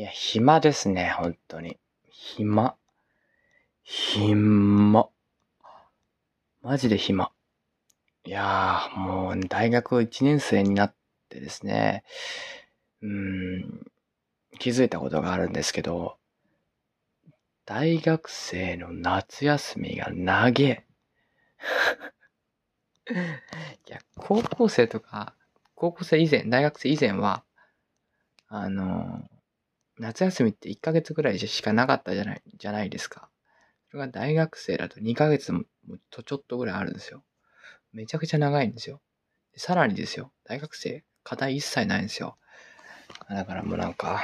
や、暇ですね、本当に。暇。マジで暇。いやー、もう大学1年生になってですね、気づいたことがあるんですけど、大学生の夏休みが長え。いや、高校生以前、大学生以前は、夏休みって1ヶ月ぐらいしかなかったじゃないですか。それが大学生だと2ヶ月もちょっとぐらいあるんですよ。めちゃくちゃ長いんですよ。さらにですよ、大学生、課題一切ないんですよ。だからもうなんか、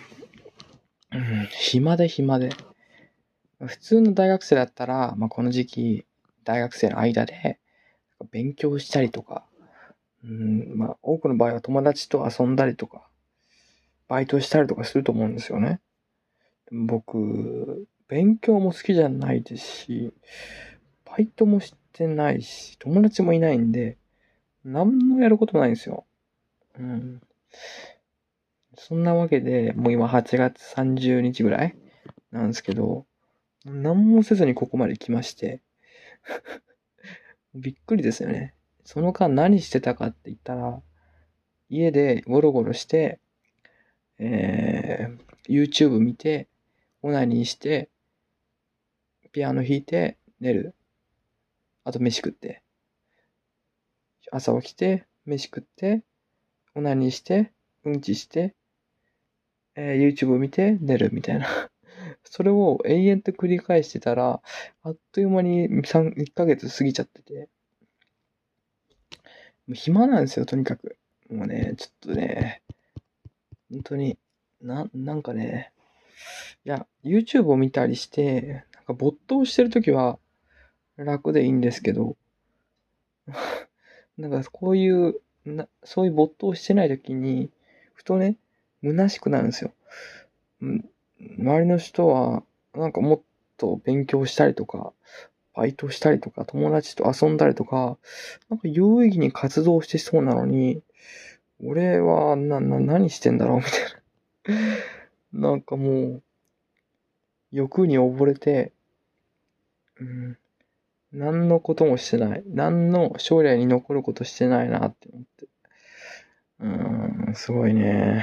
暇で。普通の大学生だったら、この時期、大学生の間で、勉強したりとか、多くの場合は友達と遊んだりとか、バイトしたりとかすると思うんですよね。僕、勉強も好きじゃないですし、バイトもしてないし、友達もいないんで、何もやることないんですよ。そんなわけで、もう今8月30日ぐらいなんですけど、何もせずにここまで来まして、びっくりですよね。その間何してたかって言ったら、家でゴロゴロして、YouTube 見て、オナニーして、ピアノ弾いて、寝る。あと飯食って。朝起きて、飯食って、オナニーして、うんちして、YouTube 見て、寝るみたいな。それを永遠と繰り返してたら、あっという間に1ヶ月過ぎちゃってて、もう暇なんですよ、とにかく。もうね、ちょっとね、本当に、なんかね、いや、YouTube を見たりして、なんか没頭してるときは楽でいいんですけど、なんかこういう、そういう没頭してないときに、ふとね、虚しくなるんですよ。周りの人は、なんかもっと勉強したりとか、バイトしたりとか、友達と遊んだりとか、なんか有意義に活動してそうなのに、俺は、何してんだろうみたいな。なんかもう、欲に溺れて、何のこともしてない。何の将来に残ることしてないなって思って。すごいね。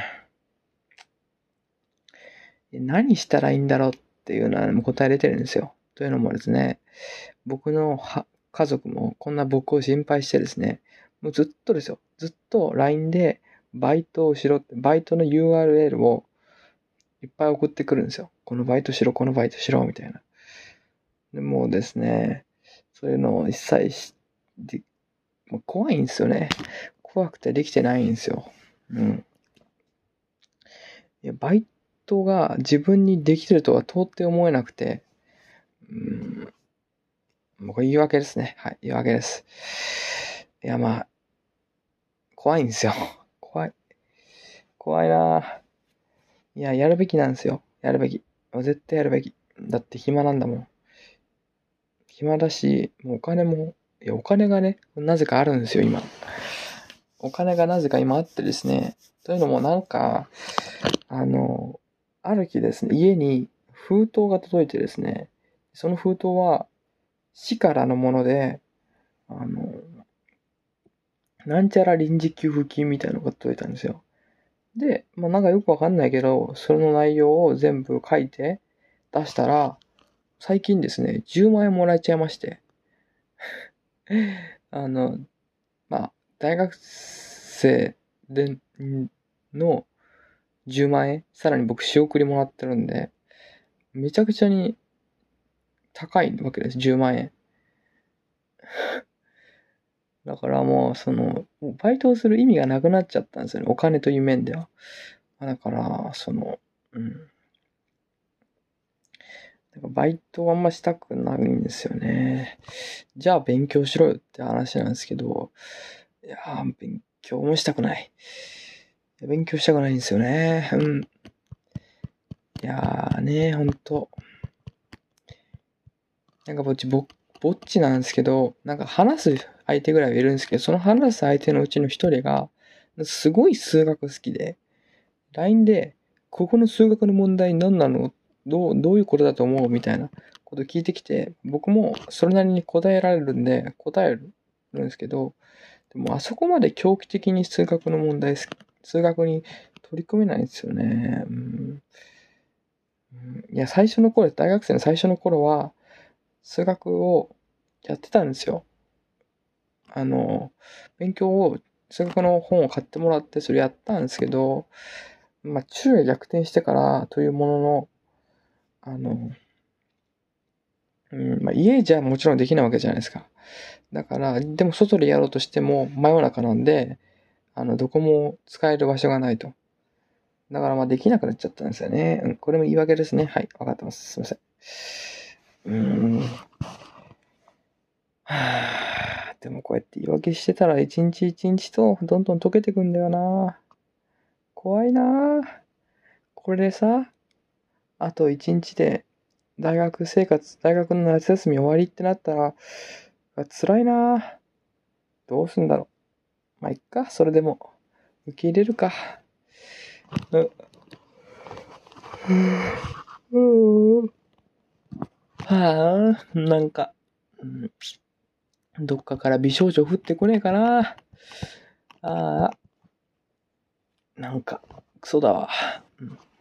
何したらいいんだろうっていうのは答え出てるんですよ。というのもですね、僕の家族もこんな僕を心配してですね、もうずっとですよ。ずっと LINE でバイトをしろって、バイトの URL をいっぱい送ってくるんですよ。このバイトしろ、このバイトしろ、みたいな。でもうですね、そういうのを一切もう怖いんですよね。怖くてできてないんですよ。いや、バイトが自分にできるとは到底思えなくて、もうこれ言い訳ですね。はい、言い訳です。いや、怖いんですよ。怖いなぁ。いや、やるべきなんですよ。やるべき。絶対やるべき。だって暇なんだもん。暇だし、もうお金がね、なぜかあるんですよ、今。お金がなぜか今あってですね。というのもなんか、ある日ですね、家に封筒が届いてですね、その封筒は市からのもので、なんちゃら臨時給付金みたいなのが届いたんですよ。で、なんかよくわかんないけど、その内容を全部書いて出したら、最近ですね、10万円もらえちゃいまして。あの、大学生での10万円、さらに僕仕送りもらってるんで、めちゃくちゃに高いわけです、10万円。だからもうバイトをする意味がなくなっちゃったんですよね、お金という面では。だから、バイトはあんましたくないんですよね。じゃあ勉強しろよって話なんですけど、いやー、勉強もしたくない。勉強したくないんですよね。いやーね、ほんと。なんかぼっちなんですけど、なんか話す相手ぐらいはいるんですけど、その話す相手のうちの一人が、すごい数学好きで、LINE でここの数学の問題何なの？どういうことだと思う？みたいなこと聞いてきて、僕もそれなりに答えられるんで、答えるんですけど、でもあそこまで狂気的に数学の問題、数学に取り組めないんですよね。いや、最初の頃、大学生の最初の頃は、数学をやってたんですよ。勉強を、数学の本を買ってもらって、それやったんですけど、昼夜逆転してからというものの、あの、家じゃもちろんできないわけじゃないですか。だから、でも外でやろうとしても真夜中なんで、どこも使える場所がないと。だからできなくなっちゃったんですよね。これも言い訳ですね。はい、わかってます。すいません。でもこうやって言い訳してたら一日一日とどんどん溶けてくんだよな。怖いな。これでさ、あと一日で大学の夏休み終わりってなったら、辛いな。どうすんだろう。いっか、それでも。受け入れるか。なんか、どっかから美少女降ってこねえかな。なんか、クソだわ。